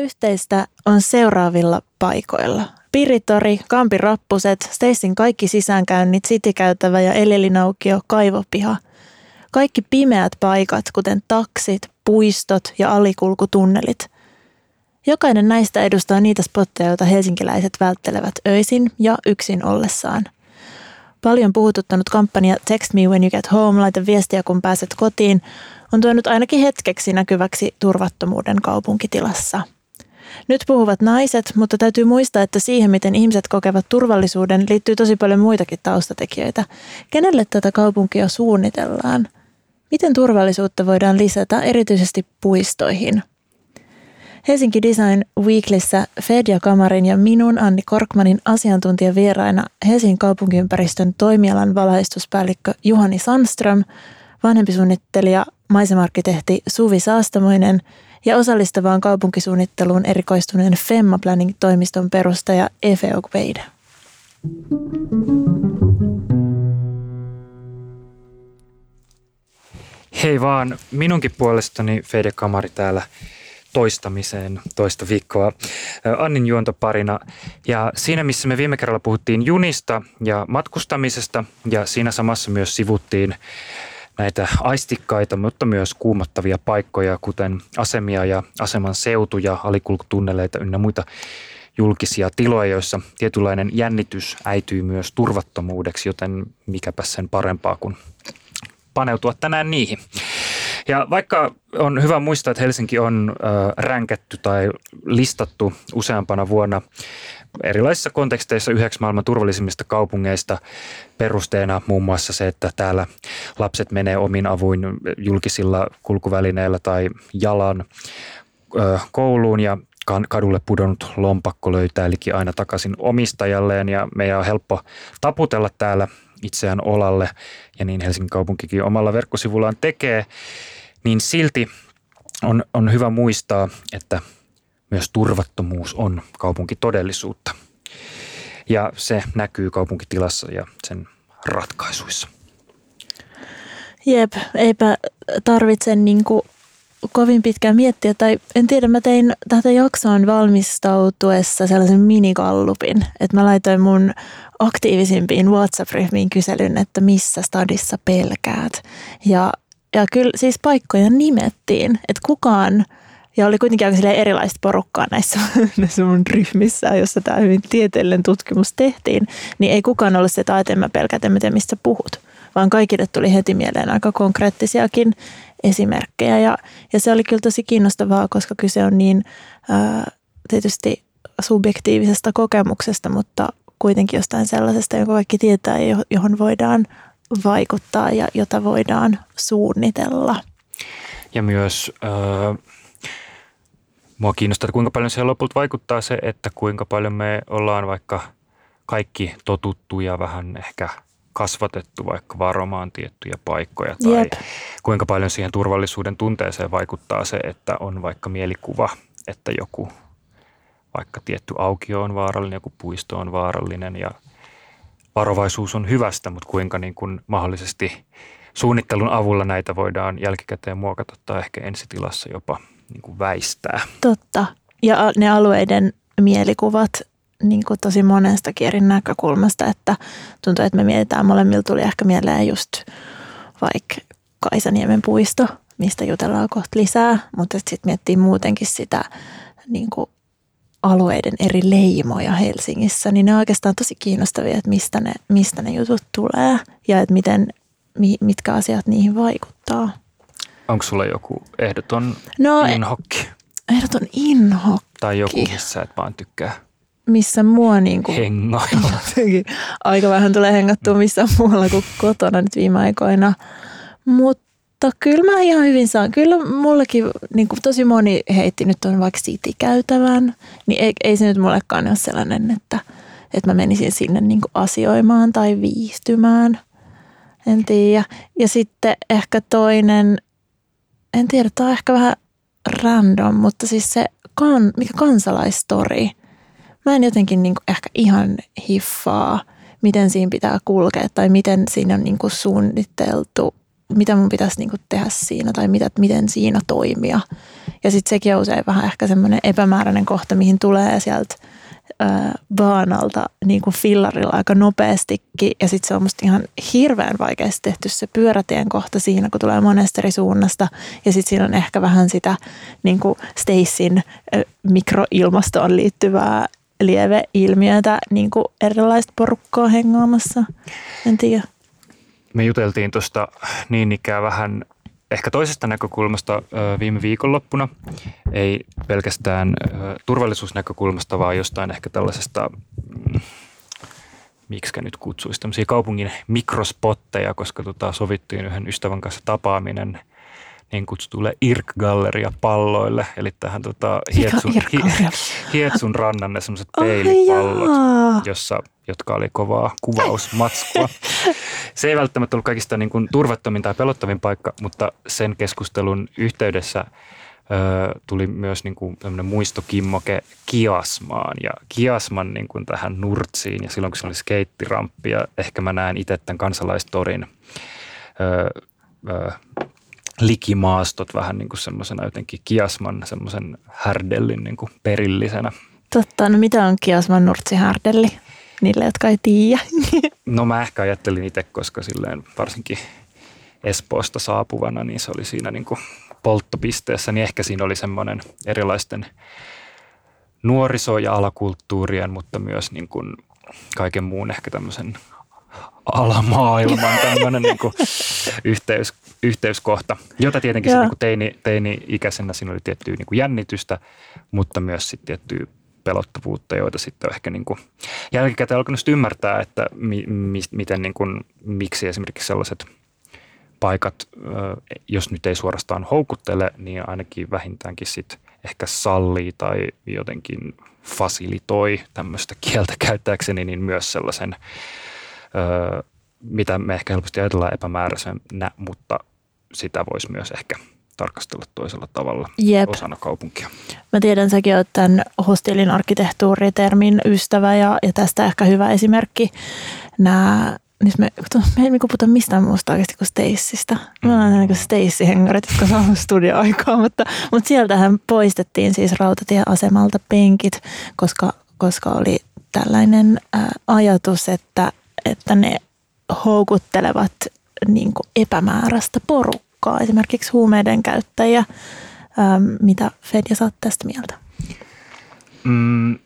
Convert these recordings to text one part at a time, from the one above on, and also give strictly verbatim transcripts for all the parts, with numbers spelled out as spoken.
yhteistä on seuraavilla paikoilla. Piritori, Kampin rappuset, Stacyn kaikki sisäänkäynnit, Citykäytävä ja Elelinaukio, kaivopiha. Kaikki pimeät paikat, kuten taksit, puistot ja alikulkutunnelit. Jokainen näistä edustaa niitä spotteja, joita helsinkiläiset välttelevät öisin ja yksin ollessaan. Paljon puhututtanut kampanja Text me when you get home, laita viestiä kun pääset kotiin, on tuonut ainakin hetkeksi näkyväksi turvattomuuden kaupunkitilassa. Nyt puhuvat naiset, mutta täytyy muistaa, että siihen, miten ihmiset kokevat turvallisuuden, liittyy tosi paljon muitakin taustatekijöitä. Kenelle tätä kaupunkia suunnitellaan? Miten turvallisuutta voidaan lisätä erityisesti puistoihin? Helsinki Design Weeklyssä Fedja Kamarin ja minun Anni Korkmanin asiantuntijavieraina Helsingin kaupunkiympäristön toimialan valaistuspäällikkö Juhani Sandström, vanhempi suunnittelija, maisemarkkitehti Suvi Saastamoinen ja osallistavaan kaupunkisuunnitteluun erikoistuneen Femma Planning-toimiston perustaja Efe Ogbeide. Hei vaan, minunkin puolestani Fedja Kamari täällä toistamiseen toista viikkoa Annin juontoparina. Ja siinä, missä me viime kerralla puhuttiin junista ja matkustamisesta ja siinä samassa myös sivuttiin näitä aistikkaita, mutta myös kuumottavia paikkoja, kuten asemia ja aseman seutuja, alikulkutunneleita ynnä muita julkisia tiloja, joissa tietynlainen jännitys äityy myös turvattomuudeksi, joten mikäpä sen parempaa kuin paneutua tänään niihin. Ja vaikka on hyvä muistaa, että Helsinki on äh, ränkätty tai listattu useampana vuonna erilaisissa konteksteissa yhdeksi maailman turvallisimmista kaupungeista, perusteena muun muassa se, että täällä lapset menee omin avuin julkisilla kulkuvälineillä tai jalan äh, kouluun ja kadulle pudonnut lompakko löytää liki aina takaisin omistajalleen ja meidän on helppo taputella täällä itseään olalle ja niin Helsingin kaupunkikin omalla verkkosivullaan tekee, niin silti on, on hyvä muistaa, että myös turvattomuus on kaupunkitodellisuutta. Ja se näkyy kaupunkitilassa ja sen ratkaisuissa. Jep, eipä tarvitse niinku kovin pitkään miettiä, tai en tiedä, mä tein tätä jaksoon valmistautuessa sellaisen minigallupin, että mä laitoin mun aktiivisimpiin WhatsApp-ryhmiin kyselyn, että missä stadissa pelkäät. Ja, ja kyllä siis paikkoja nimettiin, että kukaan, ja oli kuitenkin aika erilaista porukkaa näissä, näissä mun ryhmissä, jossa tämä hyvin tieteellinen tutkimus tehtiin, niin ei kukaan ollut se, että en mä pelkät, en mä tiedä, mistä puhut, vaan kaikille tuli heti mieleen aika konkreettisiakin esimerkkejä. Ja, ja se oli kyllä tosi kiinnostavaa, koska kyse on niin ää, tietysti subjektiivisesta kokemuksesta, mutta kuitenkin jostain sellaisesta, jonka kaikki tietää ja johon voidaan vaikuttaa ja jota voidaan suunnitella. Ja myös äh, mua kiinnostaa, että kuinka paljon siihen lopulta vaikuttaa se, että kuinka paljon me ollaan vaikka kaikki totuttu ja vähän ehkä kasvatettu vaikka varomaan tiettyjä paikkoja tai Jep. kuinka paljon siihen turvallisuuden tunteeseen vaikuttaa se, että on vaikka mielikuva, että joku vaikka tietty aukio on vaarallinen, joku puisto on vaarallinen ja varovaisuus on hyvästä, mutta kuinka niin kuin mahdollisesti suunnittelun avulla näitä voidaan jälkikäteen muokata tai ehkä ensitilassa jopa niin kuin väistää. Totta. Ja ne alueiden mielikuvat niin kuin tosi monestakin eri näkökulmasta, että tuntuu, että me mietitään, molemmilla tuli ehkä mieleen just vaikka Kaisaniemen puisto, mistä jutellaan kohta lisää, mutta sitten miettii muutenkin sitä niin kuin alueiden eri leimoja Helsingissä, niin ne on oikeastaan tosi kiinnostavia, että mistä ne, mistä ne jutut tulee ja että miten, mitkä asiat niihin vaikuttaa. Onko sulla joku ehdoton no, inhokki? Ehdoton inhokki. Tai joku, missä et vaan tykkää? Missä mua niin kuin hengailla. Aika vähän tulee hengattua missään muualla kuin kotona nyt viime aikoina. Mutta kyllä mä ihan hyvin saan. Kyllä mullekin niin kuin tosi moni heitti nyt on vaikka Citykäytävän. Niin ei, ei se nyt mullekaan ole sellainen, että, että mä menisin sinne niin kuin asioimaan tai viihtymään. En tiedä. Ja sitten ehkä toinen, en tiedä, tämä on ehkä vähän random, mutta siis se kan, mikä kansalaistori. Mä en jotenkin niin kuin ehkä ihan hiffaa, miten siinä pitää kulkea tai miten siinä on niin kuin suunniteltu mitä mun pitäisi niin kuin tehdä siinä tai mitä, miten siinä toimia. Ja sitten sekin on usein vähän ehkä semmoinen epämääräinen kohta, mihin tulee sieltä baanalta niin kuin fillarilla aika nopeastikin. Ja sitten se on musta ihan hirveän vaikeasti tehty se pyörätien kohta siinä, kun tulee monesta eri suunnasta. Ja sitten siinä on ehkä vähän sitä niin kuin Stacyn mikroilmastoon liittyvää lieveilmiötä, niin kuin erilaista porukkaa hengaamassa. En tiedä. Me juteltiin tuosta niin ikään vähän ehkä toisesta näkökulmasta viime viikonloppuna, ei pelkästään turvallisuusnäkökulmasta, vaan jostain ehkä tällaisesta, miksikä nyt kutsuisi, tämmöisiä kaupungin mikrospotteja, koska tota, sovittiin yhden ystävän kanssa tapaaminen niin kutsutulle I R C-galleria-palloille, eli tähän tota, Hietsun, Hietsun rannan ne semmoiset peilipallot, oh, jossa, jotka oli kovaa kuvausmatskua. Se ei välttämättä ollut kaikista niin kuin turvattomin tai pelottavin paikka, mutta sen keskustelun yhteydessä ö, tuli myös niin kuin tämmöinen muistokimmoke Kiasmaan ja Kiasman niin kuin tähän Nurtsiin ja silloin kun se oli skeittiramppi ja ehkä mä näen itse tämän Kansalaistorin ö, ö, likimaastot vähän niin kuin semmoisena jotenkin Kiasman semmoisen härdellin niin kuin perillisenä. Totta, no mitä on Kiasman Nurtsi härdelli? Niille, jotka ei tiedä. No mä ehkä ajattelin itse, koska silleen varsinkin Espoosta saapuvana, niin se oli siinä niin kuin polttopisteessä, niin ehkä siinä oli semmoinen erilaisten nuoriso- ja alakulttuurien, mutta myös niin kuin kaiken muun ehkä tämmöisen alamaailman tämmöinen niin kuin yhteys, yhteyskohta, jota tietenkin se, niin kuin teini, teini-ikäisenä siinä oli tiettyä niin kuin jännitystä, mutta myös sitten tiettyä pelottavuutta, joita sitten on ehkä niin kuin jälkikäteen alkanut ymmärtää, että mi, mi, miten niin kuin, miksi esimerkiksi sellaiset paikat, jos nyt ei suorastaan houkuttele, niin ainakin vähintäänkin sitten ehkä sallii tai jotenkin fasilitoi tämmöistä kieltä käyttääkseni, niin myös sellaisen, mitä me ehkä helposti ajatellaan epämääräisenä, mutta sitä voisi myös ehkä tarkastella toisella tavalla. Jep. Osana kaupunkia. Mä tiedän, säkin olet tämän hostelin arkkitehtuuritermin ystävä ja, ja tästä ehkä hyvä esimerkki. Nämä, niin me, me ei puhuta mistään muusta oikeasti kuin Staceystä. Me ollaan mm. niin kuin Stacey-hengarit, jotka saa studioaikaa, mutta, mutta sieltähän poistettiin siis rautatieasemalta penkit, koska, koska oli tällainen ää, ajatus, että, että ne houkuttelevat niin kuin epämääräistä porukkaa. Esimerkiksi huumeiden käyttäjiä. Ähm, mitä Fedja sä oot tästä mieltä? Mm,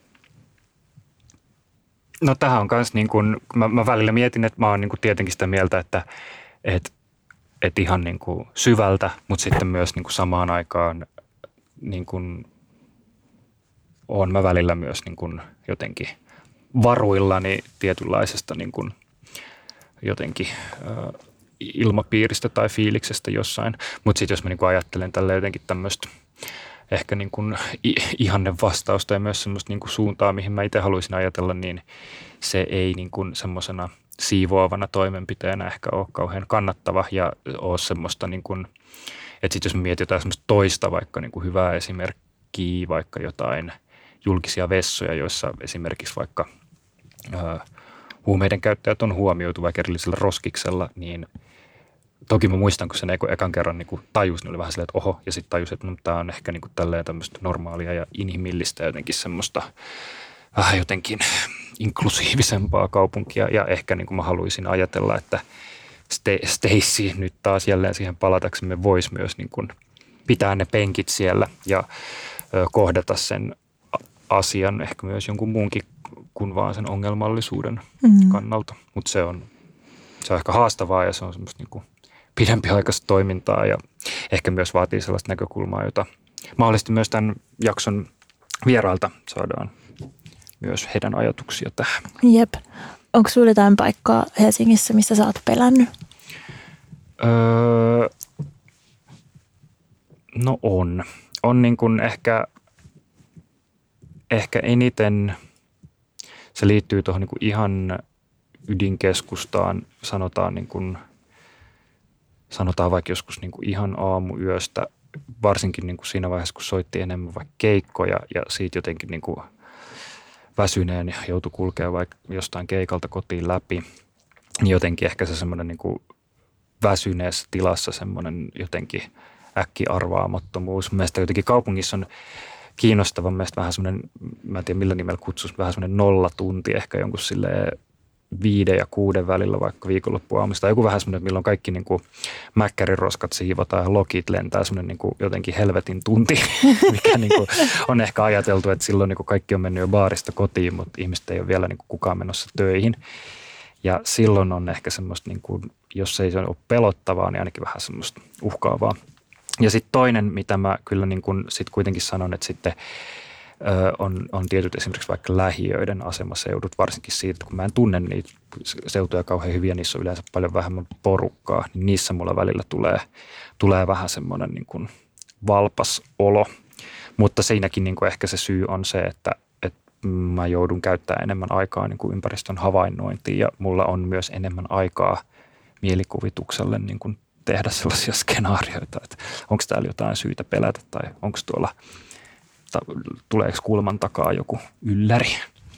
no tähän on myös niin kuin, mä, mä välillä mietin, että mä oon niin kuin tietenkin sitä mieltä, että et, et ihan niin kuin syvältä, mutta sitten myös niin kuin samaan aikaan niin kuin oon mä välillä myös niin kuin jotenkin varuillani tietynlaisesta niin kuin jotenkin äh, ilmapiiristä tai fiiliksestä jossain. Mutta sitten jos mä niinku ajattelen tällä jotenkin tämmöistä ehkä niinku ihanne vastausta ja myös semmoista niinku suuntaa, mihin mä itse haluaisin ajatella, niin se ei niinku semmoisena siivoavana toimenpiteenä ehkä ole kauhean kannattava ja ole semmoista, niinku, että sitten jos mä mietin jotain semmoista toista vaikka niinku hyvää esimerkkiä, vaikka jotain julkisia vessoja, joissa esimerkiksi vaikka ää, huumeiden käyttäjät on huomioitu vaikka erillisellä roskiksella, niin toki mä muistan, kun sen ekan kerran niin tajus, niin oli vähän silleen, että oho, ja sitten tajus, että no, tämä on ehkä niin kuin tälleen tämmöistä normaalia ja inhimillistä jotenkin semmoista vähän jotenkin inklusiivisempaa kaupunkia, ja ehkä niin kuin mä haluaisin ajatella, että Stacey nyt taas jälleen siihen palataksemme voisi myös niin kuin pitää ne penkit siellä ja kohdata sen asian ehkä myös jonkun muunkin kuin vaan sen ongelmallisuuden mm. kannalta, mutta se on, se on ehkä haastavaa ja se on semmoista niin kuin pidempiaikaista toimintaa ja ehkä myös vaatii sellaista näkökulmaa, jota mahdollisesti myös tämän jakson vierailta saadaan myös heidän ajatuksia tähän. Jep. Onko sinulla jotain paikkaa Helsingissä, missä sä oot pelännyt? Öö, no on. On niin kuin ehkä, ehkä eniten, se liittyy tuohon niin kuin ihan ydinkeskustaan, sanotaan niin kuin sanotaan vaikka joskus niin kuin ihan aamuyöstä, varsinkin niin kuin siinä vaiheessa, kun soitti enemmän vaikka keikkoja ja siitä jotenkin niin kuin väsyneen ja joutui kulkemaan vaikka jostain keikalta kotiin läpi, niin jotenkin ehkä se semmoinen niin kuin väsyneessä tilassa semmoinen jotenkin äkkiarvaamattomuus. Mielestäni jotenkin kaupungissa on kiinnostava, mielestäni vähän semmoinen, mä en tiedä millä nimellä kutsuisi, vähän semmoinen nollatunti ehkä jonkun silleen viiden ja kuuden välillä vaikka viikonloppuaamista. Joku vähän semmoinen, milloin kaikki niin kuin mäkkäriroskat siivotaan ja lokit lentää semmoinen niin kuin jotenkin helvetin tunti, mikä niin kuin on ehkä ajateltu, että silloin niin kuin kaikki on mennyt jo baarista kotiin, mutta ihmiset ei ole vielä niin kuin kukaan menossa töihin. Ja silloin on ehkä semmoista, niin kuin, jos ei se ole pelottavaa, niin ainakin vähän semmoista uhkaavaa. Ja sitten toinen, mitä mä kyllä niin kuin sit kuitenkin sanon, että sitten ö, on, on tietyt esimerkiksi vaikka lähiöiden asemaseudut, varsinkin siitä, että kun mä en tunne niitä seutuja kauhean hyviä, niissä on yleensä paljon vähemmän porukkaa, niin niissä mulla välillä tulee, tulee vähän semmoinen niin kuin valpas olo. Mutta siinäkin niin kuin ehkä se syy on se, että, että mä joudun käyttämään enemmän aikaa niin kuin ympäristön havainnointiin ja mulla on myös enemmän aikaa mielikuvitukselle niin kuin tehdä sellaisia skenaarioita, että onko täällä jotain syytä pelätä tai onko tuolla, ta, tuleeko kulman takaa joku ylläri.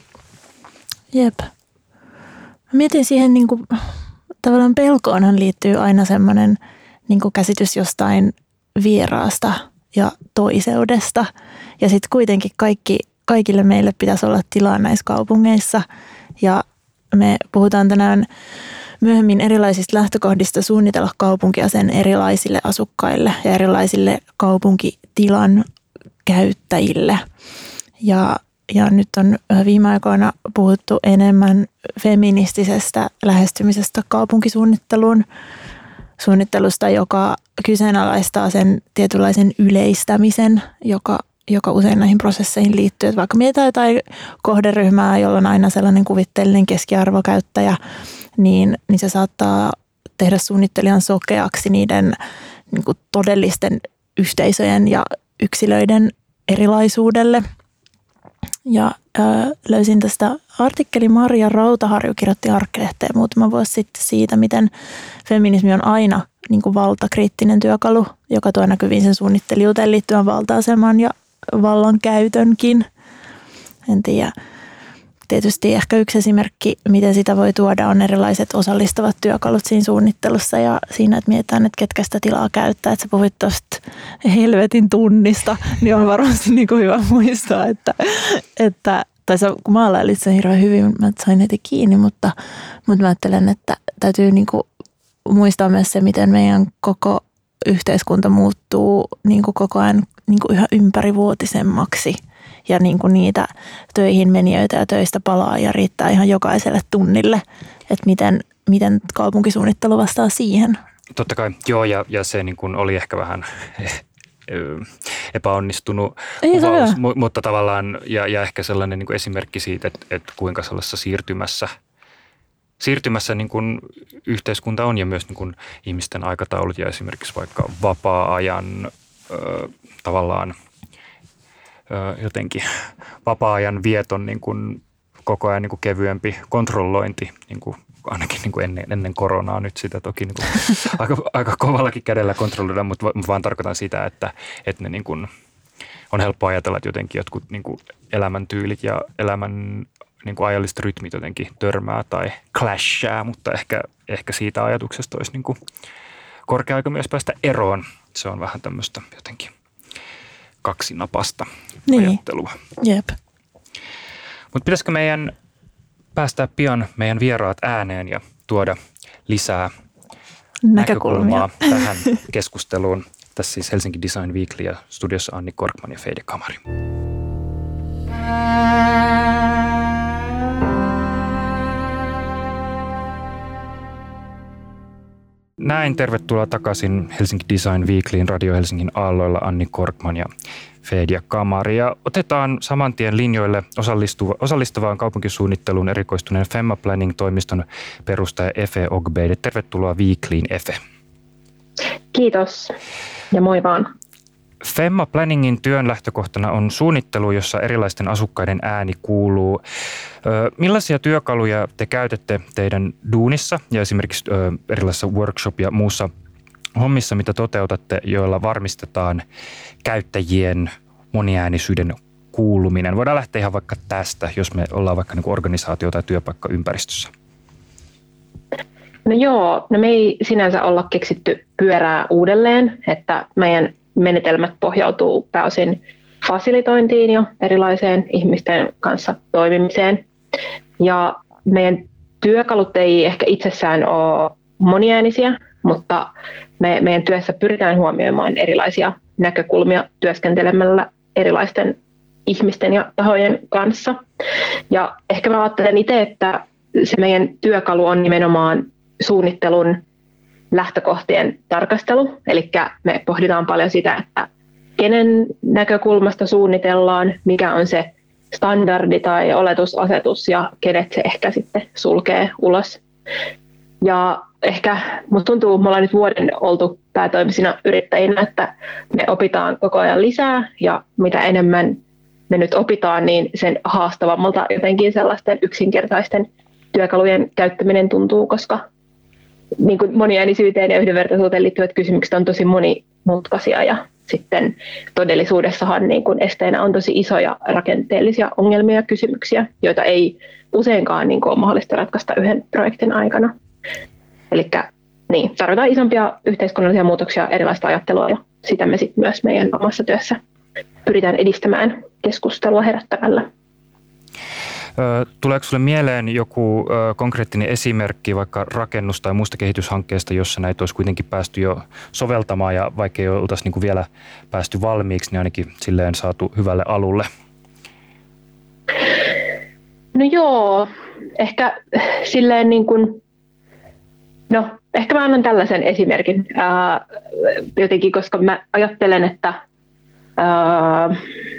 Jep. Mä mietin siihen, niin kuin, tavallaan pelkoonhan liittyy aina semmoinen niin kuin käsitys jostain vieraasta ja toiseudesta. Ja sitten kuitenkin kaikki, kaikille meille pitäisi olla tilaa näissä kaupungeissa. Ja me puhutaan tänään myöhemmin erilaisista lähtökohdista suunnitella kaupunkia sen erilaisille asukkaille ja erilaisille kaupunkitilan käyttäjille. Ja, ja nyt on viime aikoina puhuttu enemmän feministisestä lähestymisestä kaupunkisuunnitteluun, suunnittelusta, joka kyseenalaistaa sen tietynlaisen yleistämisen, joka, joka usein näihin prosesseihin liittyy. Että vaikka mietitään jotain kohderyhmää, jolla on aina sellainen kuvitteellinen keskiarvokäyttäjä, niin, niin se saattaa tehdä suunnittelijan sokeaksi niiden niin kuin todellisten yhteisöjen ja yksilöiden erilaisuudelle. Ja ö, löysin tästä artikkeli Maria Rautaharju kirjoitti Arkkilehteen muutama vuosi sitten siitä, miten feminismi on aina niin kuin valtakriittinen työkalu, joka tuo näkyviin sen suunnittelijuuteen liittyvän valta-aseman ja vallankäytönkin. En tiedä. Tietysti ehkä yksi esimerkki, miten sitä voi tuoda, on erilaiset osallistavat työkalut siinä suunnittelussa ja siinä, että mietitään, että ketkä sitä tilaa käyttää. Että sä puhuit tuosta helvetin tunnista, niin on varmasti niin kuin hyvä muistaa, että, että tai sä, kun maalailit sen hirveän hyvin, mä sain heti kiinni, mutta, mutta mä ajattelen, että täytyy niin kuin muistaa myös se, miten meidän koko yhteiskunta muuttuu niin kuin koko ajan niin kuin yhä ympärivuotisemmaksi. Ja niin kuin niitä töihin menijöitä ja töistä palaa ja riittää ihan jokaiselle tunnille, että miten, miten kaupunkisuunnittelu vastaa siihen. Totta kai, joo, ja, ja se niin kuin oli ehkä vähän epäonnistunut kuvaus, mutta tavallaan, ja, ja ehkä sellainen niin kuin esimerkki siitä, että, että kuinka sellaisessa siirtymässä, siirtymässä niin kuin yhteiskunta on ja myös niin kuin ihmisten aikataulut ja esimerkiksi vaikka vapaa-ajan ö, tavallaan jotenkin vapaa-ajan vieton niin kuin koko ajan niin kuin kevyempi kontrollointi, niin kuin ainakin niin kuin ennen, ennen koronaa nyt sitä toki niin kuin aika, aika kovallakin kädellä kontrolloida, mutta vaan tarkoitan sitä, että, että ne niin kuin on helppo ajatella, että jotenkin jotkut niin kuin elämäntyylit ja elämän niin kuin ajalliset rytmit jotenkin törmää tai clashaa, mutta ehkä, ehkä siitä ajatuksesta olisi niin kuin korkea aika myös päästä eroon. Se on vähän tämmöistä jotenkin kaksinapasta niin ajattelua. Jep. Mutta pitäisikö meidän päästää pian meidän vieraat ääneen ja tuoda lisää näkökulmia, näkökulmaa tähän keskusteluun. Tässä siis Helsinki Design Weekly ja studiossa Anni Korkman ja Feide Kamari. Näin, tervetuloa takaisin Helsinki Design Weeklyin Radio Helsingin aalloilla Anni Korkman ja Feide Kamari. Ja otetaan saman tien linjoille osallistavaan kaupunkisuunnitteluun erikoistuneen Femma Planning-toimiston perustaja Efe Ogbeide. Tervetuloa Weeklyin, Efe. Kiitos ja moi vaan. Femma Planningin työn lähtökohtana on suunnittelu, jossa erilaisten asukkaiden ääni kuuluu. Millaisia työkaluja te käytätte teidän duunissa ja esimerkiksi erilaisissa workshop- ja muussa hommissa, mitä toteutatte, joilla varmistetaan käyttäjien moniäänisyyden kuuluminen? Voidaan lähteä ihan vaikka tästä, jos me ollaan vaikka niin kuin organisaatio- tai työpaikkaympäristössä. No joo, no me ei sinänsä olla keksitty pyörää uudelleen, että meidän menetelmät pohjautuu pääosin fasilitointiin ja erilaiseen ihmisten kanssa toimimiseen. Ja meidän työkalut ei ehkä itsessään ole moniäänisiä, mutta me, meidän työssä pyritään huomioimaan erilaisia näkökulmia työskentelemällä erilaisten ihmisten ja tahojen kanssa. Ja ehkä mä ajattelen itse, että se meidän työkalu on nimenomaan suunnittelun lähtökohtien tarkastelu. Eli me pohditaan paljon sitä, että kenen näkökulmasta suunnitellaan, mikä on se standardi tai oletusasetus ja kenet se ehkä sitten sulkee ulos. Ja ehkä musta tuntuu, että me ollaan nyt vuoden oltu päätoimisina yrittäjinä, että me opitaan koko ajan lisää ja mitä enemmän me nyt opitaan, niin sen haastavammalta jotenkin sellaisten yksinkertaisten työkalujen käyttäminen tuntuu, koska niin kuin moniäänisyyteen ja yhdenvertaisuuteen liittyvät kysymykset on tosi monimutkaisia ja sitten todellisuudessahan niin kuin esteenä on tosi isoja rakenteellisia ongelmia ja kysymyksiä, joita ei useinkaan niin kuin ole mahdollista ratkaista yhden projektin aikana. Eli niin, tarvitaan isompia yhteiskunnallisia muutoksia, erilaista ajattelua ja sitä me sitten myös meidän omassa työssä pyritään edistämään keskustelua herättämällä. Tuleeko sinulle mieleen joku konkreettinen esimerkki vaikka rakennus- tai muusta kehityshankkeesta, jossa näitä olisi kuitenkin päästy jo soveltamaan ja vaikka ei oltaisi niin kuin vielä päästy valmiiksi, niin ainakin silleen saatu hyvälle alulle? No joo, ehkä silleen niin kuin, no ehkä mä annan tällaisen esimerkin ää, jotenkin, koska mä ajattelen, että ää,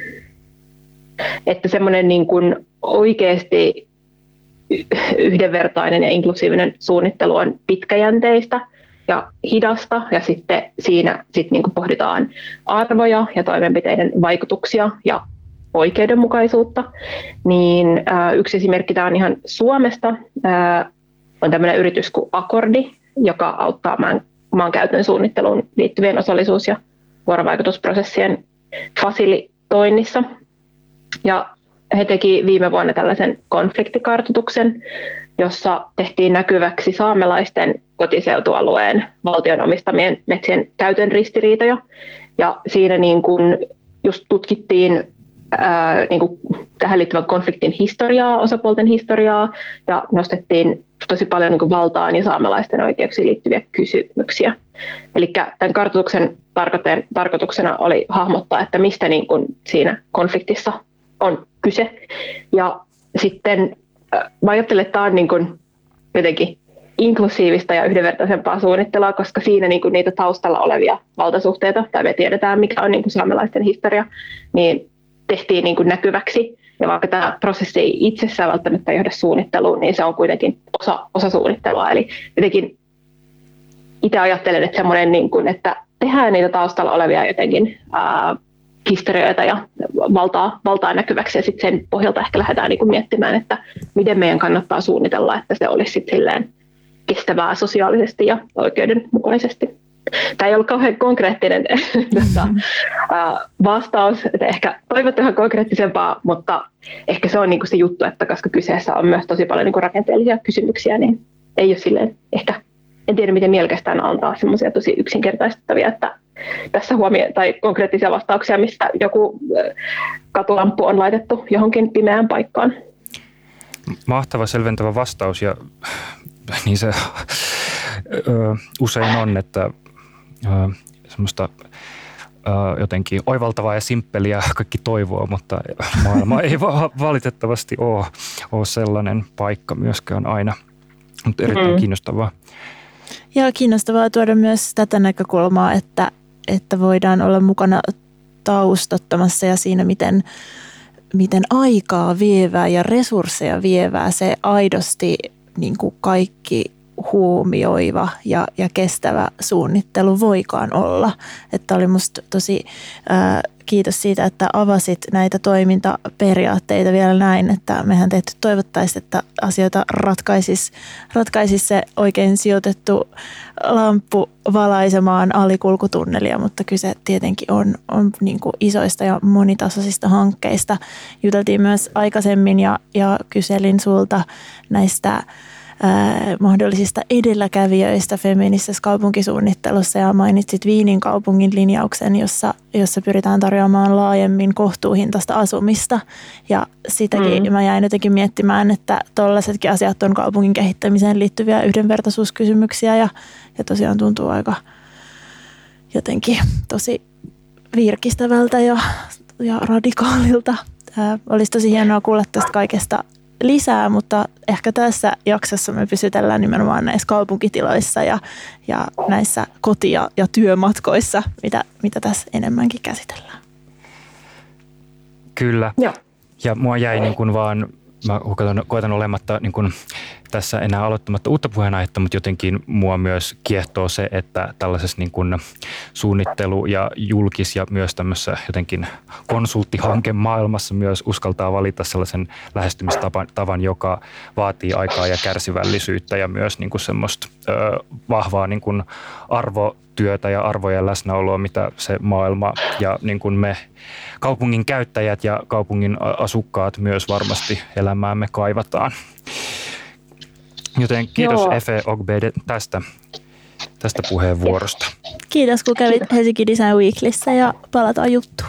että semmoinen niin kuin oikeasti yhdenvertainen ja inklusiivinen suunnittelu on pitkäjänteistä ja hidasta, ja sitten siinä sit niin kuin pohditaan arvoja ja toimenpiteiden vaikutuksia ja oikeudenmukaisuutta. Niin ää, yksi esimerkki, tämä on ihan Suomesta, ää, on tämmöinen yritys kuin Accordi, joka auttaa maan, maankäytön suunnitteluun liittyvien osallisuus- ja vuorovaikutusprosessien fasilitoinnissa. Ja he teki viime vuonna tällaisen konfliktikartoituksen, jossa tehtiin näkyväksi saamelaisten kotiseutualueen valtion omistamien metsien käytön ristiriitoja. Ja siinä niin kuin just tutkittiin ää, niin kuin tähän liittyvän konfliktin historiaa, osapuolten historiaa, ja nostettiin tosi paljon niin kuin valtaan ja saamelaisten oikeuksiin liittyviä kysymyksiä. Eli tämän kartoituksen tarkoituksena oli hahmottaa, että mistä niin kuin siinä konfliktissa on kyse. Ja sitten mä ajattelen, että tämä on niin kuin jotenkin inklusiivista ja yhdenvertaisempaa suunnittelua, koska siinä niin kuin niitä taustalla olevia valtasuhteita, tai me tiedetään mikä on niin kuin saamelaisten historia, niin tehtiin niin kuin näkyväksi. Ja vaikka tämä prosessi ei itsessään välttämättä johda suunnitteluun, niin se on kuitenkin osa, osa suunnittelua. Eli jotenkin itse ajattelen, että semmoinen, niin kuin, että tehdään niitä taustalla olevia jotenkin ää, historioita ja valtaa, valtaa näkyväksi, ja sitten sen pohjalta ehkä lähdetään niin kuin miettimään, että miten meidän kannattaa suunnitella, että se olisi sitten silleen kestävää sosiaalisesti ja oikeudenmukaisesti. Tämä ei ollut kauhean konkreettinen vastaus, että ehkä toivot ihan konkreettisempaa, mutta ehkä se on niin kuin se juttu, että koska kyseessä on myös tosi paljon niin kuin rakenteellisia kysymyksiä, niin ei ole silleen ehkä, en tiedä miten mielekästään antaa semmoisia tosi yksinkertaistettavia, että tässä huomio- tai konkreettisia vastauksia, mistä joku katulamppu on laitettu johonkin pimeään paikkaan. Mahtava selventävä vastaus, ja niin se ö, usein on, että ö, semmoista ö, jotenkin oivaltavaa ja simppeliä kaikki toivoo, mutta maailma ei va- valitettavasti ole, ole sellainen paikka myöskään aina, mutta erittäin mm. kiinnostavaa. Ja kiinnostavaa tuoda myös tätä näkökulmaa, että, että voidaan olla mukana taustattamassa ja siinä, miten, miten aikaa vievää ja resursseja vievää se aidosti niin kuin kaikki huomioiva ja, ja kestävä suunnittelu voikaan olla. Että oli musta tosi ää, kiitos siitä, että avasit näitä toimintaperiaatteita vielä näin, että mehän tehty toivottaisiin, että asioita ratkaisisi, ratkaisisi se oikein sijoitettu lamppu valaisemaan alikulkutunnelia, mutta kyse tietenkin on, on niin kuin isoista ja monitasoisista hankkeista. Juteltiin myös aikaisemmin ja, ja kyselin sulta näistä ää, mahdollisista edelläkävijöistä feministisessä kaupunkisuunnittelussa ja mainitsit Wienin kaupungin linjauksen, jossa, jossa pyritään tarjoamaan laajemmin kohtuuhintaista asumista. Ja sitäkin mm. mä jäin jotenkin miettimään, että tollaisetkin asiat on kaupungin kehittämiseen liittyviä yhdenvertaisuuskysymyksiä ja, ja tosiaan tuntuu aika jotenkin tosi virkistävältä ja, ja radikaalilta. Ää, olisi tosi hienoa kuulla tästä kaikesta lisää, mutta ehkä tässä jaksossa me pysytellään nimenomaan näissä kaupunkitiloissa ja, ja näissä koti- ja, ja työmatkoissa, mitä, mitä tässä enemmänkin käsitellään. Kyllä. Joo. Ja mua jäi niin kuin vaan, mä koitan, koitan olematta niin kuin tässä enää aloittamatta uutta puheenaihetta, mutta jotenkin mua myös kiehtoo se, että tällaisessa niin kuin suunnittelu- ja julkis- ja myös tämmöisessä jotenkin konsulttihankemaailmassa myös uskaltaa valita sellaisen lähestymistavan, tavan, joka vaatii aikaa ja kärsivällisyyttä ja myös niin kuin semmoista ö, vahvaa niin kuin arvotyötä ja arvojen läsnäoloa, mitä se maailma ja niin kuin me kaupungin käyttäjät ja kaupungin asukkaat myös varmasti elämäämme kaivataan. Joten kiitos Joo. Efe Ogbede tästä, tästä puheenvuorosta. Kiitos kun kävit kiitos. Helsinki Design Weeklissä ja palataan juttuun.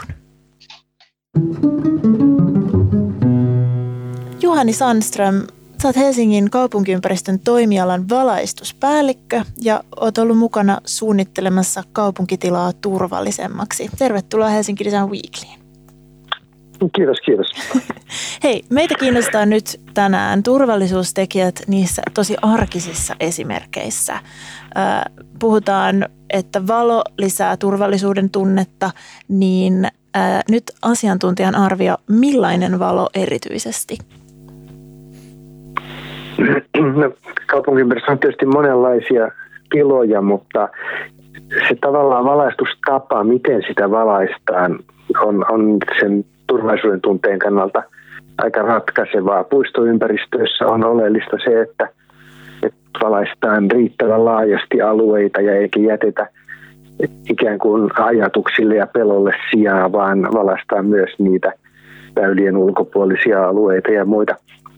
Juhani Sandström, sä oot Helsingin kaupunkiympäristön toimialan valaistuspäällikkö ja oot ollut mukana suunnittelemassa kaupunkitilaa turvallisemmaksi. Tervetuloa Helsinki Design Weeklyin. Kiitos, kiitos. Hei, meitä kiinnostaa nyt tänään turvallisuustekijät niissä tosi arkisissa esimerkkeissä. Puhutaan, että valo lisää turvallisuuden tunnetta, niin nyt asiantuntijan arvio, millainen valo erityisesti? No, kaupunkiympäristössä on tietysti monenlaisia tiloja, mutta se tavallaan valaistustapa, miten sitä valaistaan, on, on sen turvallisuuden tunteen kannalta aika ratkaisevaa. Puistoympäristöissä on oleellista se, että, että valaistaan riittävän laajasti alueita ja eikä jätetä ikään kuin ajatuksille ja pelolle sijaa, vaan valaistaan myös niitä väylien ulkopuolisia alueita ja muita.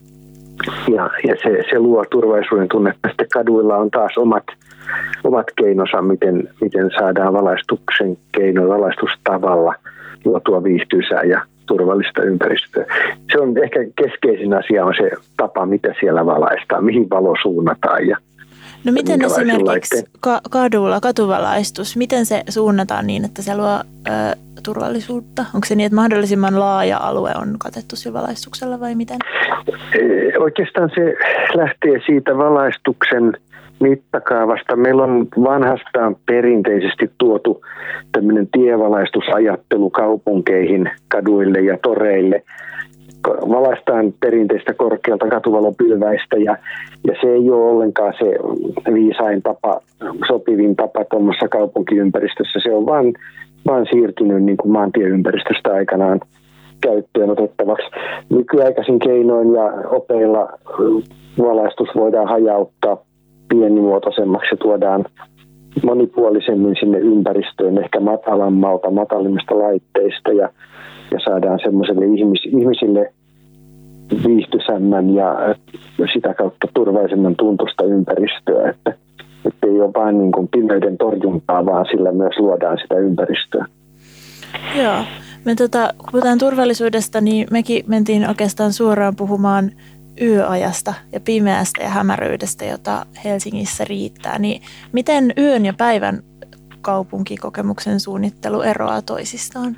Ja, ja se, se luo turvallisuuden tunnetta. Sitten kaduilla on taas omat, omat keinonsa, miten, miten saadaan valaistuksen keinoin valaistustavalla luotua viihtyisää ja turvallista ympäristöä. Se on ehkä keskeisin asia on se tapa, mitä siellä valaistaan, mihin valo suunnataan. Ja no miten esimerkiksi ka- kadulla, katuvalaistus, miten se suunnataan niin, että se luo ö, turvallisuutta? Onko se niin, että mahdollisimman laaja alue on katettu sillä valaistuksella vai miten? Oikeastaan se lähtee siitä valaistuksen mittakaavasta. Meillä on vanhastaan perinteisesti tuotu tämmöinen tievalaistusajattelu kaupunkeihin, kaduille ja toreille. Valaistaan perinteistä korkealta katuvalopylväistä ja, ja se ei ole ollenkaan se viisain tapa, sopivin tapa tuommoisessa kaupunkiympäristössä. Se on vaan, vaan siirtynyt niin kuin maantieympäristöstä aikanaan käyttöön otettavaksi. Nykyaikaisin keinoin ja opeilla valaistus voidaan hajauttaa pienimuotoisemmaksi ja tuodaan monipuolisemmin sinne ympäristöön, ehkä matalammalta, matalimmista laitteista ja, ja saadaan semmoiselle ihmis, ihmisille viihtyisämmän ja sitä kautta turvallisemman tuntusta ympäristöä, että, että ei ole vain niin kuin pimeyden torjuntaa, vaan sillä myös luodaan sitä ympäristöä. Joo. Me tota, kun puhutaan turvallisuudesta, niin mekin mentiin oikeastaan suoraan puhumaan yöajasta ja pimeästä ja hämäryydestä, jota Helsingissä riittää. Niin miten yön ja päivän kaupunkikokemuksen suunnittelu eroaa toisistaan?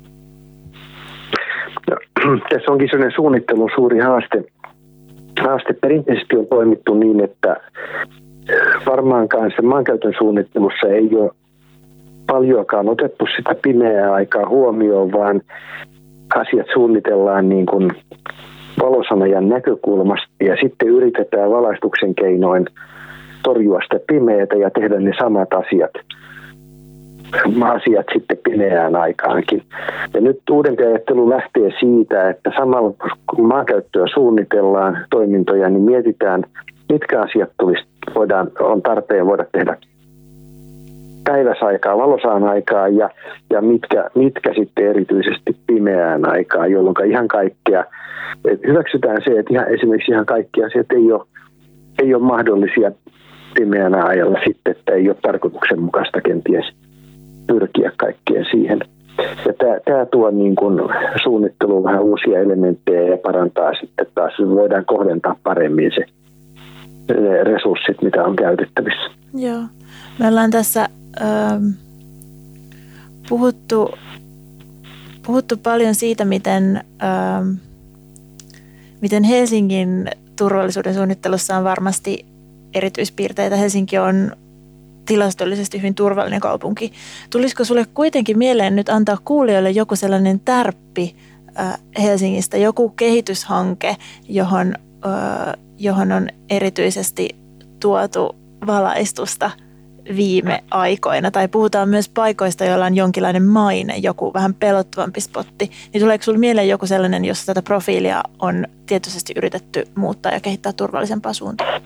No, tässä onkin sellainen suunnittelun suuri haaste. Haaste perinteisesti on toimittu niin, että varmaankaan se maankäytön suunnittelussa ei ole paljoakaan otettu sitä pimeää aikaa huomioon, vaan asiat suunnitellaan niin kuin valosanajan näkökulmasta ja sitten yritetään valaistuksen keinoin torjua sitä pimeätä ja tehdä ne samat asiat, asiat sitten pimeään aikaankin. Ja nyt uudempi ajattelu lähtee siitä, että samalla kun maankäyttöä suunnitellaan toimintoja, niin mietitään, mitkä asiat tulisi, voidaan, on tarpeen voida tehdä päiväsaikaa, valosaan aikaa ja, ja mitkä, mitkä sitten erityisesti pimeään aikaa, jolloin ihan kaikkea, hyväksytään se, että ihan, esimerkiksi ihan kaikki asiat ei ole, ei ole mahdollisia pimeänä ajalla sitten, että ei ole tarkoituksenmukaista kenties pyrkiä kaikkeen siihen. Ja tämä, tämä tuo niin kuin suunnitteluun vähän uusia elementtejä ja parantaa sitten taas, voidaan kohdentaa paremmin se ne resurssit, mitä on käytettävissä. Joo. Me ollaan tässä ähm, puhuttu, puhuttu paljon siitä, miten, ähm, miten Helsingin turvallisuuden suunnittelussa on varmasti erityispiirteitä. Helsinki on tilastollisesti hyvin turvallinen kaupunki. Tulisiko sulle kuitenkin mieleen nyt antaa kuulijoille joku sellainen tärppi äh, Helsingistä, joku kehityshanke, johon, äh, johon on erityisesti tuotu valaistusta viime aikoina, tai puhutaan myös paikoista, joilla on jonkinlainen maine, joku vähän pelottavampi spotti, niin tuleeko sinulle mieleen joku sellainen, jossa tätä profiilia on tietysti yritetty muuttaa ja kehittää turvallisempaa suuntaan?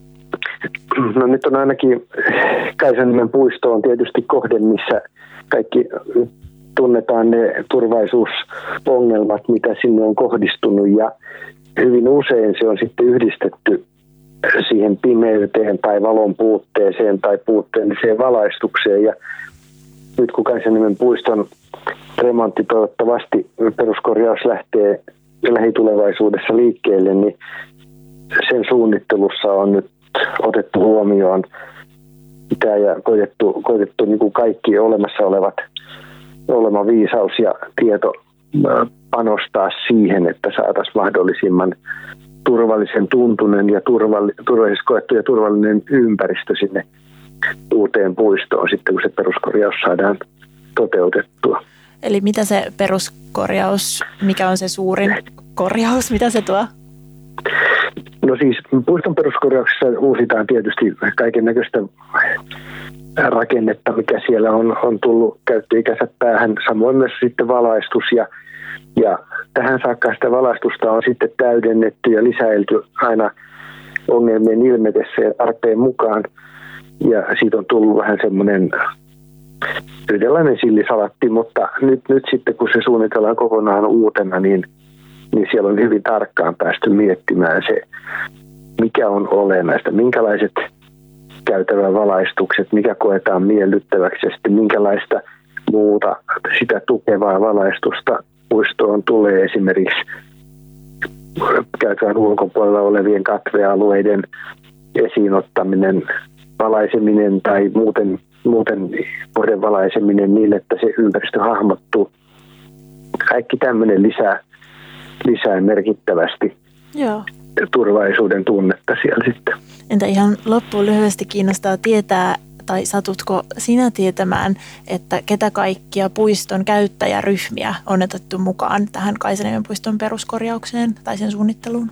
No nyt on ainakin Kaisaniemen puisto on tietysti kohde, missä kaikki tunnetaan ne turvallisuusongelmat, mitä sinne on kohdistunut, ja hyvin usein se on sitten yhdistetty siihen pimeyteen tai valon puutteeseen tai puutteelliseen valaistukseen. Ja nyt kun Kaisaniemen puiston remontti toivottavasti peruskorjaus lähtee lähitulevaisuudessa liikkeelle, niin sen suunnittelussa on nyt otettu huomioon tämä ja koitettu, koitettu niin kuin kaikki olemassa olevat olema viisaus ja tieto panostaa siihen, että saataisiin mahdollisimman turvallisen tuntunen ja turvalli, turvallisesti koettu ja turvallinen ympäristö sinne uuteen puistoon sitten, kun se peruskorjaus saadaan toteutettua. Eli mitä se peruskorjaus, mikä on se suurin korjaus, mitä se tuo? No siis puiston peruskorjauksessa uusitaan tietysti kaiken näköistä rakennetta, mikä siellä on, on tullut käyttöikänsä päähän, samoin myös sitten valaistus ja Ja tähän saakka sitä valaistusta on sitten täydennetty ja lisäilty aina ongelmien ilmetessä ja tarpeen mukaan. Ja siitä on tullut vähän semmoinen yhdenlainen sillisalatti, mutta nyt, nyt sitten kun se suunnitellaan kokonaan uutena, niin, niin siellä on hyvin tarkkaan päästy miettimään se, mikä on olennaista, minkälaiset käytävän valaistukset, mikä koetaan miellyttäväksi ja sitten minkälaista muuta sitä tukevaa valaistusta puistoon tulee esimerkiksi käytävän ulkopuolella olevien katvealueiden esiinottaminen, valaiseminen tai muuten, muuten kohden valaiseminen niin, että se ympäristö hahmottuu. Kaikki tämmöinen lisää, lisää merkittävästi Joo. turvallisuuden tunnetta siellä sitten. Entä ihan loppuun lyhyesti kiinnostaa tietää, tai satutko sinä tietämään, että ketä kaikkia puiston käyttäjäryhmiä on otettu mukaan tähän Kaisaniemen puiston peruskorjaukseen tai sen suunnitteluun?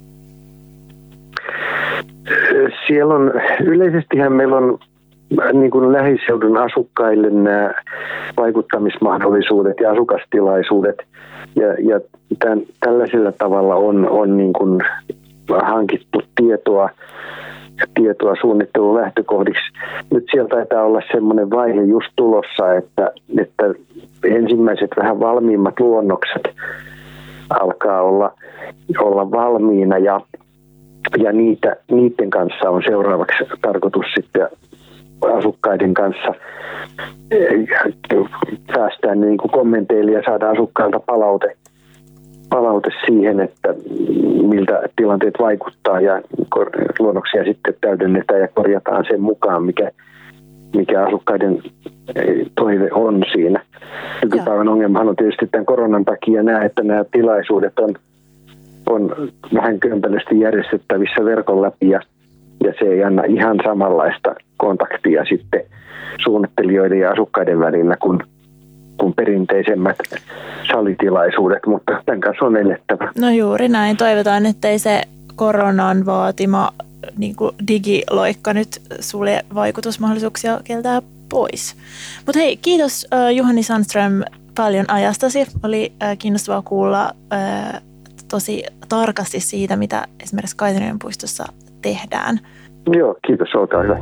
Siellä on, yleisestihän meillä on niin kuin lähiseudun asukkaille nämä vaikuttamismahdollisuudet ja asukastilaisuudet. Ja, ja tämän, tällaisella tavalla on, on niin kuin hankittu tietoa tietoa suunnittelun lähtökohdiksi. Nyt sieltä taitaa olla semmoinen vaihe just tulossa, että, että ensimmäiset vähän valmiimmat luonnokset alkaa olla, olla valmiina ja, ja niitä, niiden kanssa on seuraavaksi tarkoitus sitten asukkaiden kanssa päästään niin kuin kommenteille ja saada asukkailta palaute, palaute siihen, että miltä tilanteet vaikuttaa ja luonnoksia sitten täydennetään ja korjataan sen mukaan, mikä, mikä asukkaiden toive on siinä. Nykypäivän ongelmahan on tietysti tämän koronan takia nämä, että nämä tilaisuudet on, on vähän kömpelösti järjestettävissä verkon läpi ja, ja se ei anna ihan samanlaista kontaktia sitten suunnittelijoiden ja asukkaiden välillä kuin kuin perinteisemmät salitilaisuudet, mutta tämän kanssa on elettävä. No juuri näin. Toivotaan, ettei se koronan vaatima niin kuin digiloikka nyt sulje vaikutusmahdollisuuksia keltää pois. Mutta hei, kiitos äh, Juhani Sandström paljon ajastasi. Oli äh, kiinnostavaa kuulla äh, tosi tarkasti siitä, mitä esimerkiksi Kaisaniemen puistossa tehdään. Joo, kiitos. Olkaa hyvä.